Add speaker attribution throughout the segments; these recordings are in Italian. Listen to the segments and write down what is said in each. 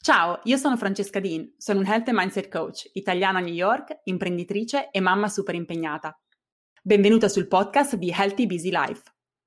Speaker 1: Ciao, io sono Francesca Dean, sono un Health and Mindset Coach, italiana a New York, imprenditrice e mamma super impegnata. Benvenuta sul podcast di Healthy Busy Life.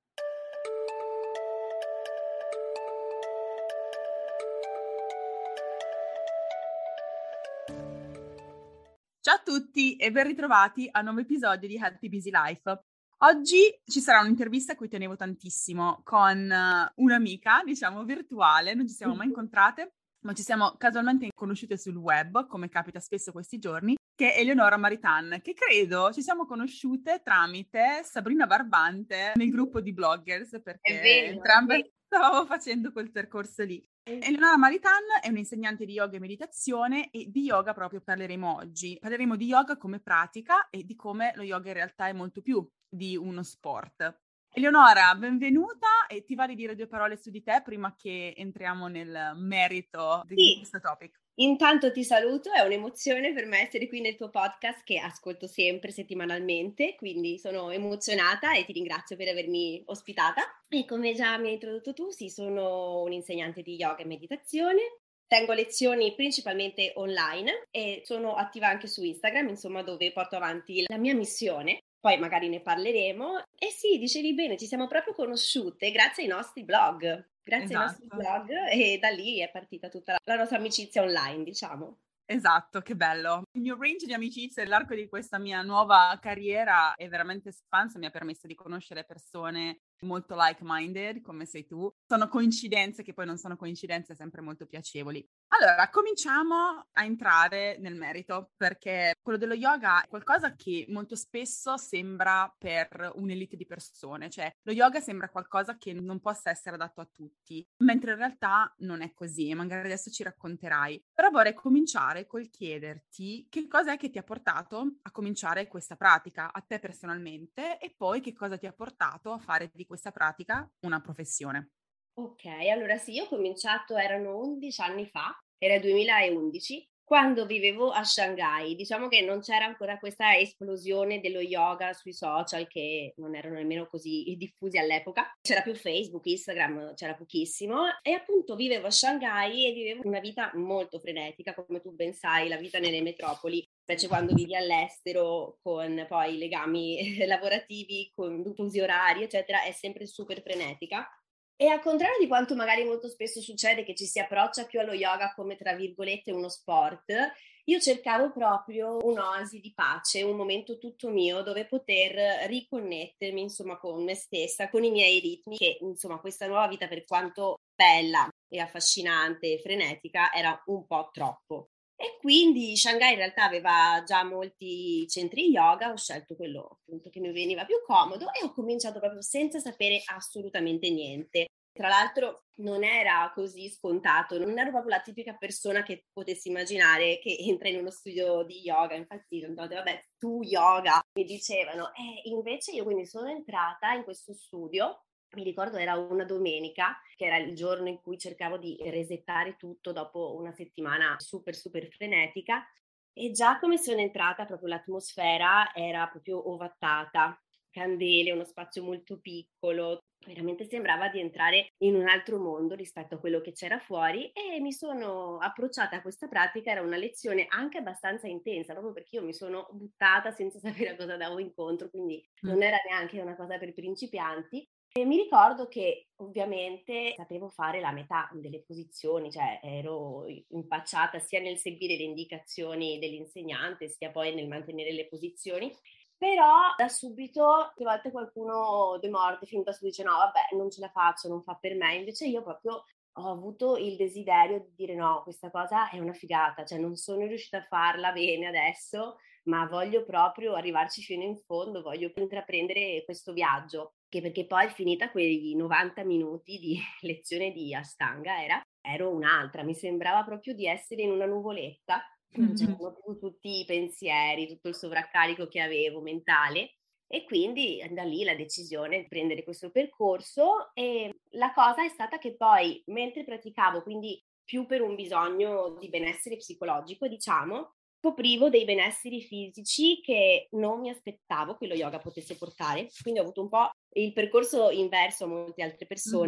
Speaker 1: Ciao a tutti e ben ritrovati a un nuovo episodio di Healthy Busy Life. Oggi ci sarà un'intervista a cui tenevo tantissimo con un'amica, virtuale, non ci siamo mai incontrate, ma ci siamo casualmente conosciute sul web, come capita spesso questi giorni, che è Eleonora Maritan, che credo ci siamo conosciute tramite Sabrina Barbante nel gruppo di bloggers, perché entrambe stavamo facendo quel percorso lì. Eleonora Maritan è un'insegnante di yoga e meditazione e di yoga proprio parleremo oggi. Parleremo di yoga come pratica e di come lo yoga in realtà è molto più di uno sport. Eleonora, benvenuta e ti va di dire due parole su di te prima che entriamo nel merito di questo topic?
Speaker 2: Intanto ti saluto, è un'emozione per me essere qui nel tuo podcast che ascolto sempre settimanalmente, quindi sono emozionata e ti ringrazio per avermi ospitata. E come già mi hai introdotto tu, sì, sono un'insegnante di yoga e meditazione. Tengo lezioni principalmente online e sono attiva anche su Instagram, insomma, dove porto avanti la mia missione. Poi magari ne parleremo. E sì, dicevi bene, ci siamo proprio conosciute grazie ai nostri blog. Grazie ai nostri blog e da lì è partita tutta la nostra amicizia online, diciamo.
Speaker 1: Esatto, che bello. Il mio range di amicizie nell'arco di questa mia nuova carriera è veramente espanso, mi ha permesso di conoscere persone molto like-minded, come sei tu. Sono coincidenze che poi non sono coincidenze sempre molto piacevoli. Allora, cominciamo a entrare nel merito, perché quello dello yoga è qualcosa che molto spesso sembra per un'elite di persone, cioè lo yoga sembra qualcosa che non possa essere adatto a tutti, mentre in realtà non è così, magari adesso ci racconterai. Però vorrei cominciare col chiederti che cosa è che ti ha portato a cominciare questa pratica, a te personalmente, e poi che cosa ti ha portato a fare di questa pratica una professione.
Speaker 2: Ok, allora sì, io ho cominciato, erano 11 anni fa, era il 2011, quando vivevo a Shanghai. Diciamo che non c'era ancora questa esplosione dello yoga sui social che non erano nemmeno così diffusi all'epoca. C'era più Facebook, Instagram, c'era pochissimo e appunto vivevo a Shanghai e vivevo una vita molto frenetica, come tu ben sai, la vita nelle metropoli, specie quando vivi all'estero con poi i legami lavorativi, con fusi orari, eccetera, è sempre super frenetica. E al contrario di quanto magari molto spesso succede che ci si approccia più allo yoga come tra virgolette uno sport, io cercavo proprio un'oasi di pace, un momento tutto mio dove poter riconnettermi insomma con me stessa, con i miei ritmi, che insomma questa nuova vita per quanto bella e affascinante e frenetica era un po' troppo. E quindi Shanghai in realtà aveva già molti centri yoga, ho scelto quello appunto che mi veniva più comodo e ho cominciato proprio senza sapere assolutamente niente. Tra l'altro non era così scontato, non ero proprio la tipica persona che potessi immaginare che entra in uno studio di yoga, infatti ho detto vabbè tu yoga, mi dicevano, e invece io quindi sono entrata in questo studio. Mi ricordo era una domenica, che era il giorno in cui cercavo di resettare tutto dopo una settimana super super frenetica e già come sono entrata proprio l'atmosfera era proprio ovattata, candele, uno spazio molto piccolo, veramente sembrava di entrare in un altro mondo rispetto a quello che c'era fuori e mi sono approcciata a questa pratica, era una lezione anche abbastanza intensa, proprio perché io mi sono buttata senza sapere a cosa andavo incontro, quindi non era neanche una cosa per principianti. E mi ricordo che ovviamente sapevo fare la metà delle posizioni, cioè ero impacciata sia nel seguire le indicazioni dell'insegnante, sia poi nel mantenere le posizioni. Però da subito, a volte qualcuno demorde, fin da subito dice no, vabbè, non ce la faccio, non fa per me. Invece io proprio ho avuto il desiderio di dire no, questa cosa è una figata, cioè non sono riuscita a farla bene adesso, ma voglio proprio arrivarci fino in fondo, voglio intraprendere questo viaggio, che perché poi finita quei 90 minuti di lezione di Ashtanga ero un'altra, mi sembrava proprio di essere in una nuvoletta, non c'erano più tutti i pensieri, tutto il sovraccarico che avevo mentale e quindi da lì la decisione di prendere questo percorso e la cosa è stata che poi mentre praticavo, quindi più per un bisogno di benessere psicologico, diciamo, scoprivo dei benesseri fisici che non mi aspettavo che lo yoga potesse portare, quindi ho avuto un po' il percorso inverso a molte altre persone.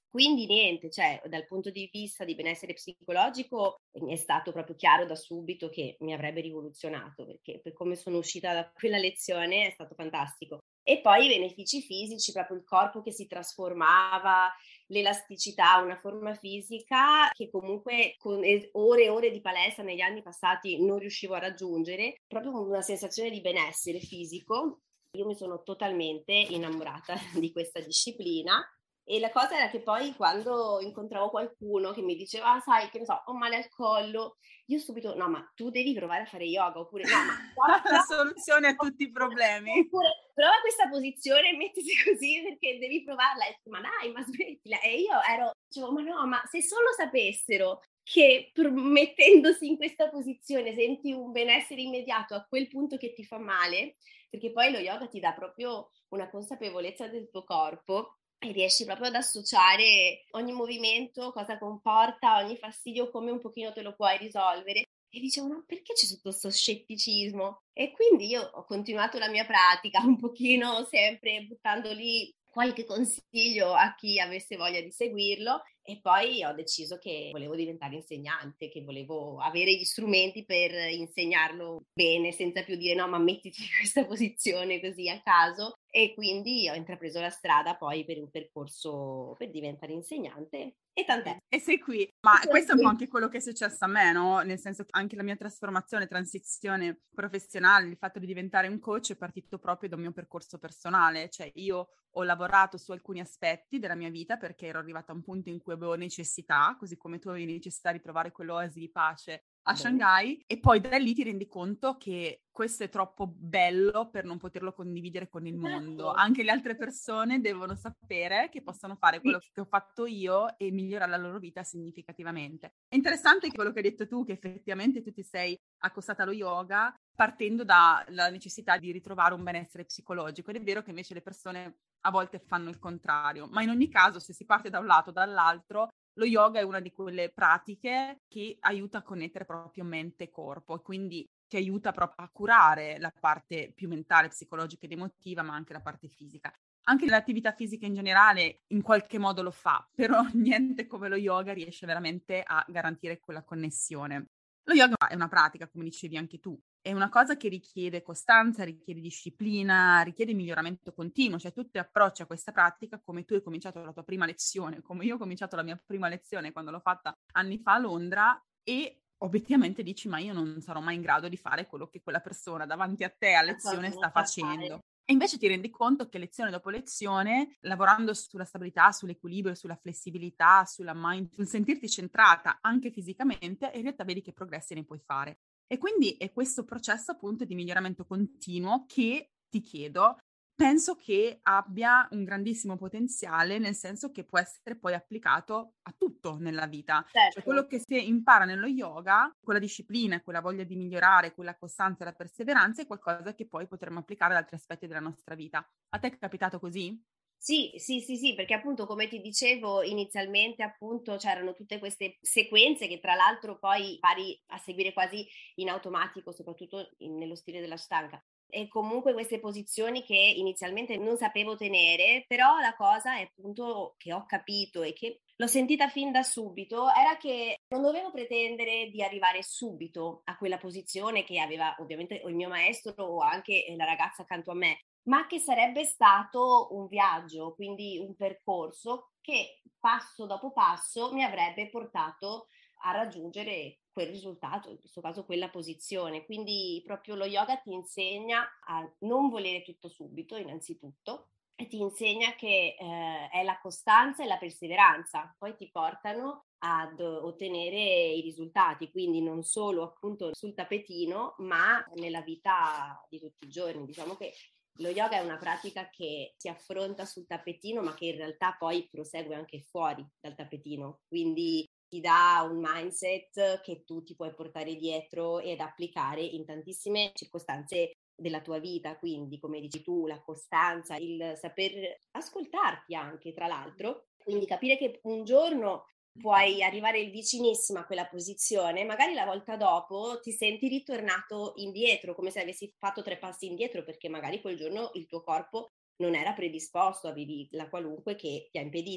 Speaker 2: Quindi niente, cioè dal punto di vista di benessere psicologico mi è stato proprio chiaro da subito che mi avrebbe rivoluzionato, perché per come sono uscita da quella lezione è stato fantastico. E poi i benefici fisici, proprio il corpo che si trasformava, l'elasticità, una forma fisica che comunque con ore e ore di palestra negli anni passati non riuscivo a raggiungere, proprio una sensazione di benessere fisico. Io mi sono totalmente innamorata di questa disciplina. E la cosa era che poi quando incontravo qualcuno che mi diceva, ah, sai, che ne so, ho male al collo, io subito, no, ma tu devi provare a fare yoga, oppure no, ma
Speaker 1: La soluzione a tutti i problemi.
Speaker 2: oppure prova questa posizione e mettiti così perché devi provarla. E, ma dai, ma smettila. E io dicevo, ma no, ma se solo sapessero che mettendosi in questa posizione senti un benessere immediato a quel punto che ti fa male, perché poi lo yoga ti dà proprio una consapevolezza del tuo corpo e riesci proprio ad associare ogni movimento, cosa comporta, ogni fastidio, come un pochino te lo puoi risolvere. E dicevo, ma perché c'è tutto questo scetticismo? E quindi io ho continuato la mia pratica un pochino sempre buttando lì qualche consiglio a chi avesse voglia di seguirlo e poi ho deciso che volevo diventare insegnante, che volevo avere gli strumenti per insegnarlo bene, senza più dire no, ma mettiti in questa posizione così a caso. E quindi ho intrapreso la strada poi per un percorso per diventare insegnante e tant'è.
Speaker 1: E sei qui. Ma
Speaker 2: Sono
Speaker 1: questo è un po'
Speaker 2: qui.
Speaker 1: anche quello che è successo a me, no? Nel senso che anche la mia trasformazione, transizione professionale, il fatto di diventare un coach è partito proprio da un mio percorso personale. Cioè io ho lavorato su alcuni aspetti della mia vita perché ero arrivata a un punto in cui avevo necessità, così come tu avevi necessità di trovare quell'oasi di pace a
Speaker 2: Bene.
Speaker 1: Shanghai, e poi da lì ti rendi conto che questo è troppo bello per non poterlo condividere con il mondo.
Speaker 2: Esatto.
Speaker 1: Anche le altre persone devono sapere che possono fare
Speaker 2: Sì.
Speaker 1: quello che ho fatto io e migliorare la loro vita significativamente. È interessante quello che hai detto tu, che effettivamente tu ti sei accostata allo yoga partendo dalla necessità di ritrovare un benessere psicologico, ed è vero che invece le persone a volte fanno il contrario, ma in ogni caso se si parte da un lato o dall'altro, lo yoga è una di quelle pratiche che aiuta a connettere proprio mente e corpo e quindi ti aiuta proprio a curare la parte più mentale, psicologica ed emotiva, ma anche la parte fisica. Anche l'attività fisica in generale in qualche modo lo fa, però niente come lo yoga riesce veramente a garantire quella connessione. Lo yoga è una pratica, come dicevi anche tu, è una cosa che richiede costanza, richiede disciplina, richiede miglioramento continuo, cioè tu ti approcci a questa pratica come tu hai cominciato la tua prima lezione, come io ho cominciato la mia prima lezione quando l'ho fatta anni fa a Londra e obiettivamente dici ma io non sarò mai in grado di fare quello che quella persona davanti a te a lezione sta
Speaker 2: Sa fare.
Speaker 1: facendo. E invece ti rendi conto che lezione dopo lezione, lavorando sulla stabilità, sull'equilibrio, sulla flessibilità, sulla mind, sul sentirti centrata anche fisicamente, in realtà vedi che progressi ne puoi fare. E quindi è questo processo appunto di miglioramento continuo che ti chiedo, penso che abbia un grandissimo potenziale, nel senso che può essere poi applicato a tutto nella vita. Cioè
Speaker 2: Certo.
Speaker 1: quello che si impara nello yoga, quella disciplina, quella voglia di migliorare, quella costanza e la perseveranza è qualcosa che poi potremmo applicare ad altri aspetti della nostra vita. A te è capitato così?
Speaker 2: Sì, sì, sì, sì, perché appunto come ti dicevo inizialmente appunto c'erano tutte queste sequenze che tra l'altro poi pari a seguire quasi in automatico, soprattutto nello stile della stanca. E comunque queste posizioni che inizialmente non sapevo tenere, però la cosa è appunto che ho capito e che l'ho sentita fin da subito, era che non dovevo pretendere di arrivare subito a quella posizione che aveva ovviamente o il mio maestro o anche la ragazza accanto a me, ma che sarebbe stato un viaggio, quindi un percorso che passo dopo passo mi avrebbe portato a raggiungere quel risultato, in questo caso quella posizione. Quindi proprio lo yoga ti insegna a non volere tutto subito, innanzitutto, e ti insegna che è la costanza e la perseveranza, poi ti portano ad ottenere i risultati, quindi non solo appunto sul tappetino, ma nella vita di tutti i giorni. Diciamo che lo yoga è una pratica che si affronta sul tappetino, ma che in realtà poi prosegue anche fuori dal tappetino. Quindi ti dà un mindset che tu ti puoi portare dietro ed applicare in tantissime circostanze della tua vita. Quindi, come dici tu, la costanza, il saper ascoltarti anche, tra l'altro. Quindi capire che un giorno puoi arrivare vicinissimo a quella posizione, magari la volta dopo ti senti ritornato indietro, come se avessi fatto 3 passi indietro, perché magari quel giorno il tuo corpo non era predisposto, avevi la qualunque che ti ha impedito.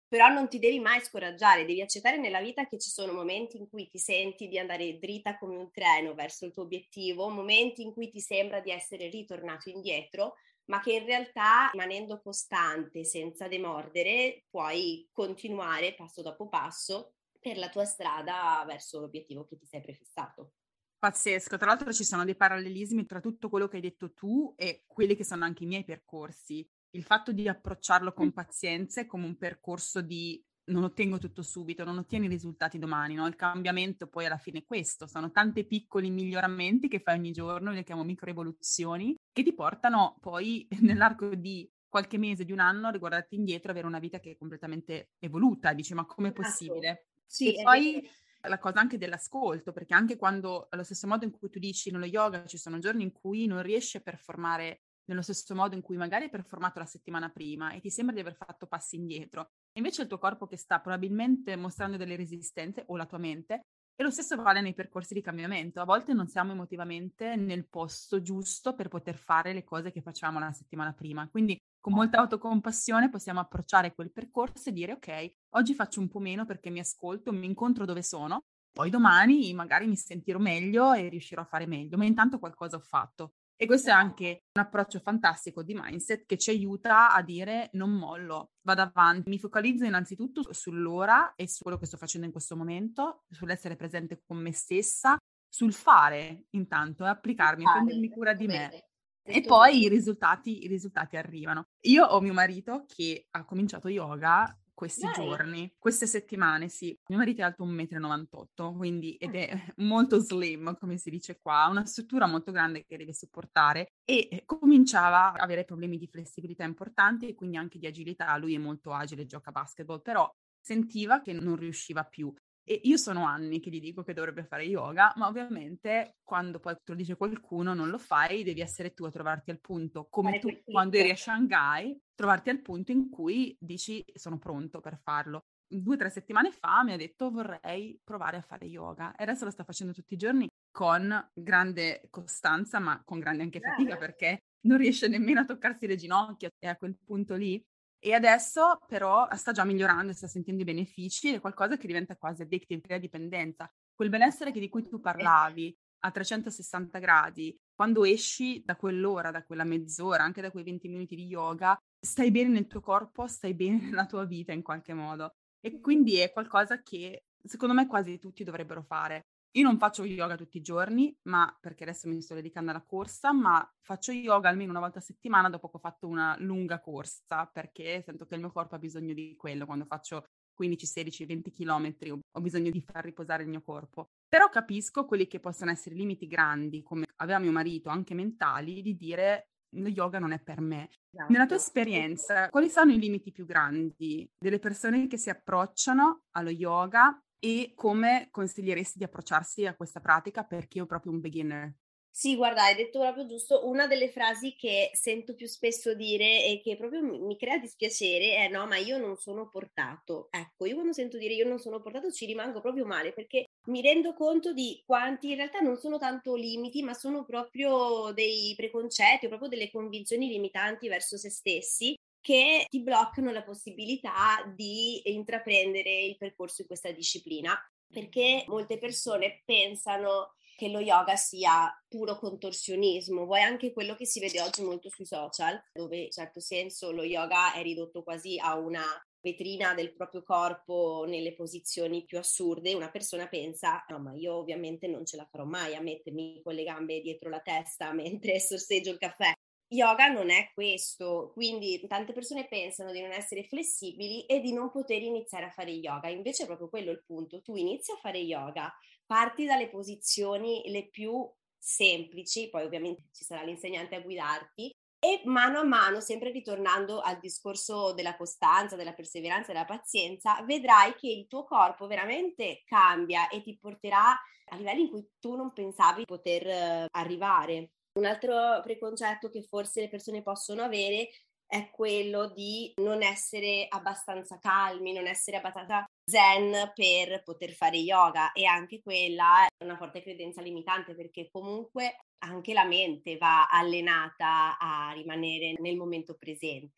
Speaker 2: Però non ti devi mai scoraggiare, devi accettare nella vita che ci sono momenti in cui ti senti di andare dritta come un treno verso il tuo obiettivo, momenti in cui ti sembra di essere ritornato indietro, ma che in realtà, rimanendo costante, senza demordere, puoi continuare passo dopo passo per la tua strada verso l'obiettivo che ti sei prefissato.
Speaker 1: Pazzesco, tra l'altro ci sono dei parallelismi tra tutto quello che hai detto tu e quelli che sono anche i miei percorsi. Il fatto di approcciarlo con pazienza è come un percorso di non ottengo tutto subito, non ottieni i risultati domani, no? Il cambiamento poi alla fine è questo, sono tanti piccoli miglioramenti che fai ogni giorno, li chiamo micro evoluzioni, che ti portano poi nell'arco di qualche mese, di un anno, a riguardarti indietro e avere una vita che è completamente evoluta. Dici, ma com'è
Speaker 2: Esatto.
Speaker 1: possibile?
Speaker 2: Sì,
Speaker 1: E
Speaker 2: è
Speaker 1: poi
Speaker 2: vero.
Speaker 1: la cosa anche dell'ascolto, perché anche quando allo stesso modo in cui tu dici nello yoga ci sono giorni in cui non riesci a performare nello stesso modo in cui magari hai performato la settimana prima e ti sembra di aver fatto passi indietro, e invece è il tuo corpo che sta probabilmente mostrando delle resistenze o la tua mente, e lo stesso vale nei percorsi di cambiamento. A volte non siamo emotivamente nel posto giusto per poter fare le cose che facciamo la settimana prima. Quindi con molta autocompassione possiamo approcciare quel percorso e dire ok, oggi faccio un po' meno perché mi ascolto, mi incontro dove sono, poi domani magari mi sentirò meglio e riuscirò a fare meglio, ma intanto qualcosa ho fatto. E questo è anche un approccio fantastico di mindset che ci aiuta a dire non mollo, vado avanti, mi focalizzo innanzitutto sull'ora e su quello che sto facendo in questo momento, sull'essere presente con me stessa, sul fare intanto e applicarmi,
Speaker 2: Fare,
Speaker 1: prendermi cura di me.
Speaker 2: bene,
Speaker 1: E
Speaker 2: detto bene.
Speaker 1: poi i risultati arrivano. Io ho mio marito che ha cominciato yoga questi
Speaker 2: Dai,
Speaker 1: giorni, queste settimane, sì. Mio marito è alto 1,98 m, quindi, ed
Speaker 2: ah,
Speaker 1: è molto slim, come si dice qua, ha una struttura molto grande che deve supportare e cominciava a avere problemi di flessibilità importanti e quindi anche di agilità. Lui è molto agile, gioca a basketball, però sentiva che non riusciva più. E io sono anni che gli dico che dovrebbe fare yoga, ma ovviamente quando poi te lo dice qualcuno non lo fai, devi essere tu a trovarti al punto, come
Speaker 2: fare
Speaker 1: tu
Speaker 2: quel
Speaker 1: quando eri
Speaker 2: click.
Speaker 1: a Shanghai, trovarti al punto in cui dici sono pronto per farlo. 2 o 3 settimane fa mi ha detto vorrei provare a fare yoga e adesso lo sta facendo tutti i giorni con grande costanza, ma con grande anche fatica
Speaker 2: Brava.
Speaker 1: perché non riesce nemmeno a toccarsi le ginocchia, è a quel punto lì. E adesso però sta già migliorando, sta sentendo i benefici ed è qualcosa che diventa quasi addictive, crea dipendenza. Quel benessere di cui tu parlavi a 360 gradi, quando esci da quell'ora, da quella mezz'ora, anche da quei 20 minuti di yoga, stai bene nel tuo corpo, stai bene nella tua vita in qualche modo. E quindi è qualcosa che secondo me quasi tutti dovrebbero fare. Io non faccio yoga tutti i giorni, ma perché adesso mi sto dedicando alla corsa, ma faccio yoga almeno una volta a settimana dopo che ho fatto una lunga corsa, perché sento che il mio corpo ha bisogno di quello. Quando faccio 15, 16, 20 chilometri ho bisogno di far riposare il mio corpo. Però capisco quelli che possono essere limiti grandi, come aveva mio marito, anche mentali, di dire lo yoga non è per me. Nella tua
Speaker 2: Esatto.
Speaker 1: esperienza, quali sono i limiti più grandi delle persone che si approcciano allo yoga e come consiglieresti di approcciarsi a questa pratica per chi è proprio un beginner?
Speaker 2: Sì, guarda, hai detto proprio giusto. Una delle frasi che sento più spesso dire e che proprio mi crea dispiacere è: "No, ma io non sono portato". Ecco, io quando sento dire: "Io non sono portato" ci rimango proprio male, perché mi rendo conto di quanti in realtà non sono tanto limiti, ma sono proprio dei preconcetti o proprio delle convinzioni limitanti verso se stessi, che ti bloccano la possibilità di intraprendere il percorso in questa disciplina. Perché molte persone pensano che lo yoga sia puro contorsionismo, vuoi anche quello che si vede oggi molto sui social, dove in certo senso lo yoga è ridotto quasi a una vetrina del proprio corpo nelle posizioni più assurde. Una persona pensa: no, ma io ovviamente non ce la farò mai a mettermi con le gambe dietro la testa mentre sorseggio il caffè. Yoga non è questo, quindi tante persone pensano di non essere flessibili e di non poter iniziare a fare yoga, invece è proprio quello il punto. Tu inizi a fare yoga, parti dalle posizioni le più semplici, poi ovviamente ci sarà l'insegnante a guidarti, e mano a mano, sempre ritornando al discorso della costanza, della perseveranza e della pazienza, vedrai che il tuo corpo veramente cambia e ti porterà a livelli in cui tu non pensavi poter arrivare. Un altro preconcetto che forse le persone possono avere è quello di non essere abbastanza calmi, non essere abbastanza zen per poter fare yoga, e anche quella è una forte credenza limitante, perché comunque anche la mente va allenata a rimanere nel momento presente.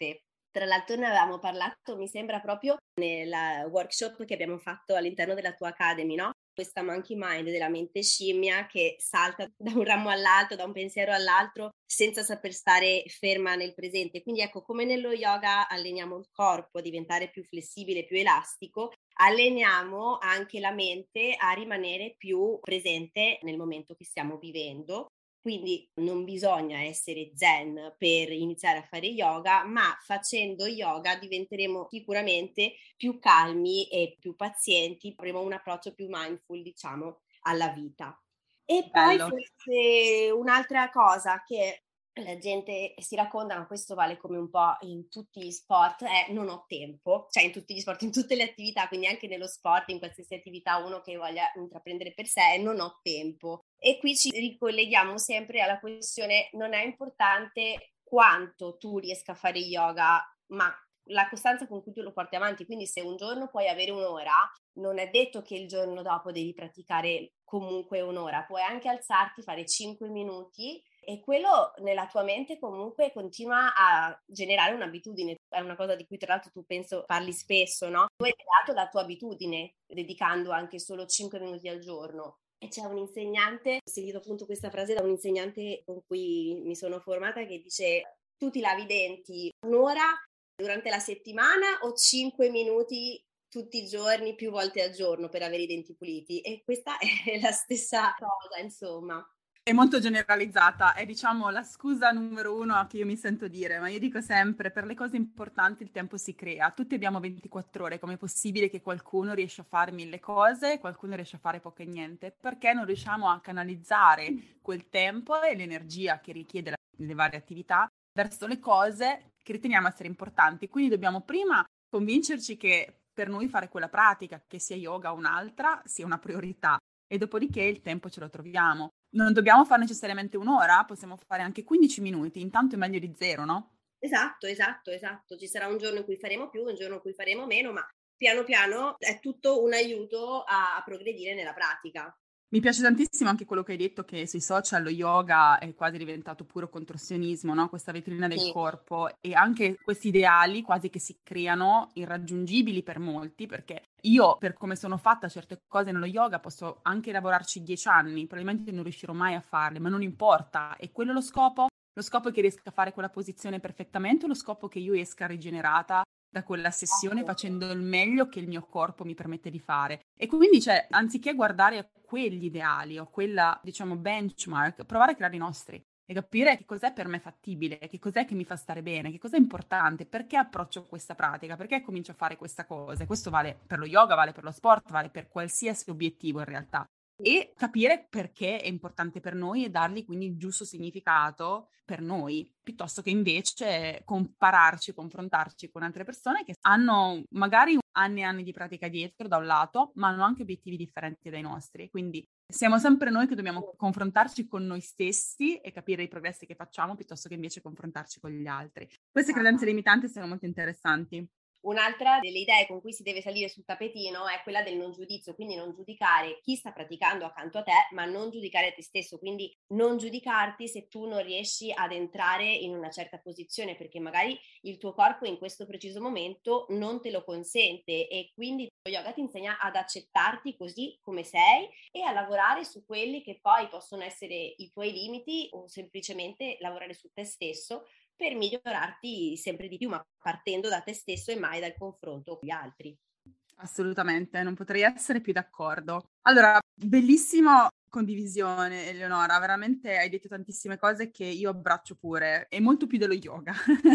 Speaker 2: Tra l'altro ne avevamo parlato, mi sembra proprio nel workshop che abbiamo fatto all'interno della tua Academy, no? Questa monkey mind della mente scimmia che salta da un ramo all'altro, da un pensiero all'altro, senza saper stare ferma nel presente. Quindi ecco, come nello yoga alleniamo il corpo a diventare più flessibile, più elastico, alleniamo anche la mente a rimanere più presente nel momento che stiamo vivendo. Quindi non bisogna essere zen per iniziare a fare yoga, ma facendo yoga diventeremo sicuramente più calmi e più pazienti, avremo un approccio più mindful, diciamo, alla vita. E poi
Speaker 1: Bello.
Speaker 2: forse un'altra cosa che la gente si racconta, ma questo vale come un po' in tutti gli sport, è non ho tempo, cioè in tutti gli sport, in tutte le attività, quindi anche nello sport, in qualsiasi attività uno che voglia intraprendere per sé, è non ho tempo. E qui ci ricolleghiamo sempre alla questione, non è importante quanto tu riesca a fare yoga, ma la costanza con cui tu lo porti avanti. Quindi se un giorno puoi avere un'ora, non è detto che il giorno dopo devi praticare comunque un'ora, puoi anche alzarti, fare 5 minuti e quello nella tua mente comunque continua a generare un'abitudine. È una cosa di cui tra l'altro tu penso parli spesso, no? Tu hai creato la tua abitudine dedicando anche solo 5 minuti al giorno. E c'è un insegnante, ho sentito appunto questa frase da un insegnante con cui mi sono formata che dice: tu ti lavi i denti un'ora durante la settimana o 5 minuti tutti i giorni, più volte al giorno per avere i denti puliti? E questa è la stessa cosa, insomma.
Speaker 1: È molto generalizzata, è diciamo la scusa numero uno che io mi sento dire, ma io dico sempre, per le cose importanti il tempo si crea, tutti abbiamo 24 ore, com'è possibile che qualcuno riesca a fare 1000 cose e qualcuno riesce a fare poco e niente? Perché non riusciamo a canalizzare quel tempo e l'energia che richiede le varie attività verso le cose che riteniamo essere importanti. Quindi dobbiamo prima convincerci che per noi fare quella pratica, che sia yoga o un'altra, sia una priorità e dopodiché il tempo ce lo troviamo. Non dobbiamo fare necessariamente un'ora, possiamo fare anche 15 minuti, intanto è meglio di zero, no?
Speaker 2: Esatto, esatto, esatto. Ci sarà un giorno in cui faremo più, un giorno in cui faremo meno, ma piano piano è tutto un aiuto a progredire nella pratica.
Speaker 1: Mi piace tantissimo anche quello che hai detto, che sui social lo yoga è quasi diventato puro contorsionismo, no? Questa vetrina del
Speaker 2: Sì.
Speaker 1: corpo e anche questi ideali quasi che si creano irraggiungibili per molti, perché io, per come sono fatta certe cose nello yoga, posso anche lavorarci 10 anni, probabilmente non riuscirò mai a farle, ma non importa, è quello lo scopo? Lo scopo è che riesca a fare quella posizione perfettamente, o lo scopo è che io esca rigenerata da quella sessione facendo il meglio che il mio corpo mi permette di fare. E quindi, cioè, anziché guardare a quegli ideali o quella, diciamo, benchmark, provare a creare i nostri e capire che cos'è per me fattibile, che cos'è che mi fa stare bene, che cos'è importante, perché approccio questa pratica, perché comincio a fare questa cosa. E questo vale per lo yoga, vale per lo sport, vale per qualsiasi obiettivo in realtà. E capire perché è importante per noi e dargli quindi il giusto significato per noi, piuttosto che invece compararci, confrontarci con altre persone che hanno magari anni e anni di pratica dietro da un lato, ma hanno anche obiettivi differenti dai nostri. Quindi siamo sempre noi che dobbiamo confrontarci con noi stessi e capire i progressi che facciamo, piuttosto che invece confrontarci con gli altri. Queste credenze limitanti sono molto interessanti.
Speaker 2: Un'altra delle idee con cui si deve salire sul tappetino è quella del non giudizio, quindi non giudicare chi sta praticando accanto a te, ma non giudicare te stesso, quindi non giudicarti se tu non riesci ad entrare in una certa posizione, perché magari il tuo corpo in questo preciso momento non te lo consente e quindi lo yoga ti insegna ad accettarti così come sei e a lavorare su quelli che poi possono essere i tuoi limiti o semplicemente lavorare su te stesso per migliorarti sempre di più, ma partendo da te stesso e mai dal confronto con gli altri.
Speaker 1: Assolutamente, non potrei essere più d'accordo. Allora, bellissima condivisione, Eleonora, veramente hai detto tantissime cose che io abbraccio pure, è molto più dello yoga,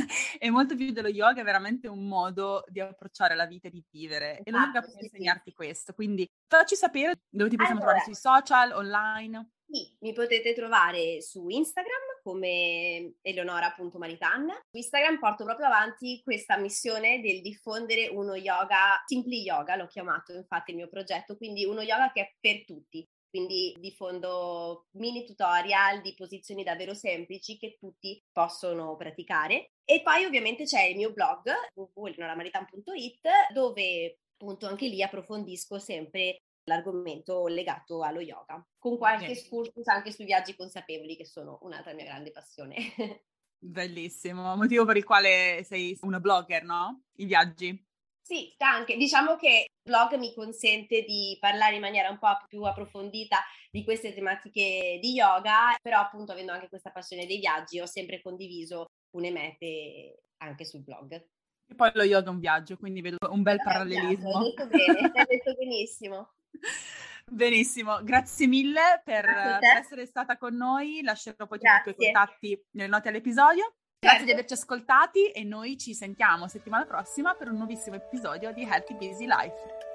Speaker 1: è molto più dello yoga, è veramente un modo di approcciare la vita e di vivere e lo yoga
Speaker 2: Esatto,
Speaker 1: può
Speaker 2: sì, sì.
Speaker 1: insegnarti questo, quindi facci sapere dove ti possiamo trovare
Speaker 2: Allora,
Speaker 1: sui social, online.
Speaker 2: sì, mi potete trovare su Instagram come eleonora.maritan. Su Instagram porto proprio avanti questa missione del diffondere uno yoga, Simply Yoga l'ho chiamato infatti il mio progetto, quindi uno yoga che è per tutti. Quindi diffondo mini tutorial di posizioni davvero semplici che tutti possono praticare. E poi ovviamente c'è il mio blog www.eleonoramaritan.it dove appunto anche lì approfondisco sempre l'argomento legato allo yoga, con qualche
Speaker 1: Bene.
Speaker 2: excursus anche sui viaggi consapevoli che sono un'altra mia grande passione.
Speaker 1: Bellissimo, motivo per il quale sei una blogger, no? I viaggi.
Speaker 2: Sì, anche. Diciamo che il blog mi consente di parlare in maniera un po' più approfondita di queste tematiche di yoga, però appunto avendo anche questa passione dei viaggi ho sempre condiviso alcune mete anche sul blog.
Speaker 1: E poi lo yoga è un viaggio, quindi vedo un bel
Speaker 2: È un viaggio, hai
Speaker 1: parallelismo.
Speaker 2: detto bene, hai detto benissimo.
Speaker 1: Benissimo, grazie mille
Speaker 2: Grazie a
Speaker 1: per
Speaker 2: te.
Speaker 1: essere stata con noi. Lascerò poi tutti i tuoi
Speaker 2: Grazie.
Speaker 1: contatti nelle note all'episodio. Grazie di
Speaker 2: Certo.
Speaker 1: averci ascoltati e noi ci sentiamo settimana prossima per un nuovissimo episodio di Healthy Busy Life.